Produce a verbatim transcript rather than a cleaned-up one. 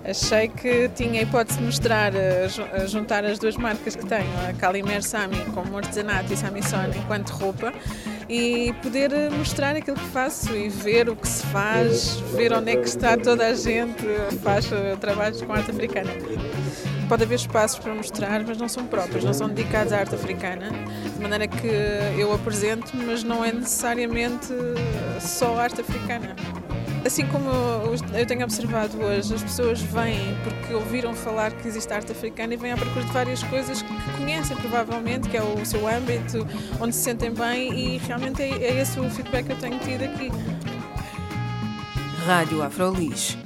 Achei que tinha a hipótese de mostrar, a juntar as duas marcas que tenho, a Calimer Sami como artesanato e Samison enquanto roupa, e poder mostrar aquilo que faço e ver o que se faz, ver onde é que está toda a gente que faz trabalhos com arte africana. Pode haver espaços para mostrar, mas não são próprios, não são dedicados à arte africana, de maneira que eu apresento, mas não é necessariamente só arte africana. Assim como eu tenho observado hoje, as pessoas vêm porque ouviram falar que existe arte africana e vêm à procura de várias coisas que conhecem provavelmente, que é o seu âmbito, onde se sentem bem, e realmente é esse o feedback que eu tenho tido aqui. Rádio Afrolis.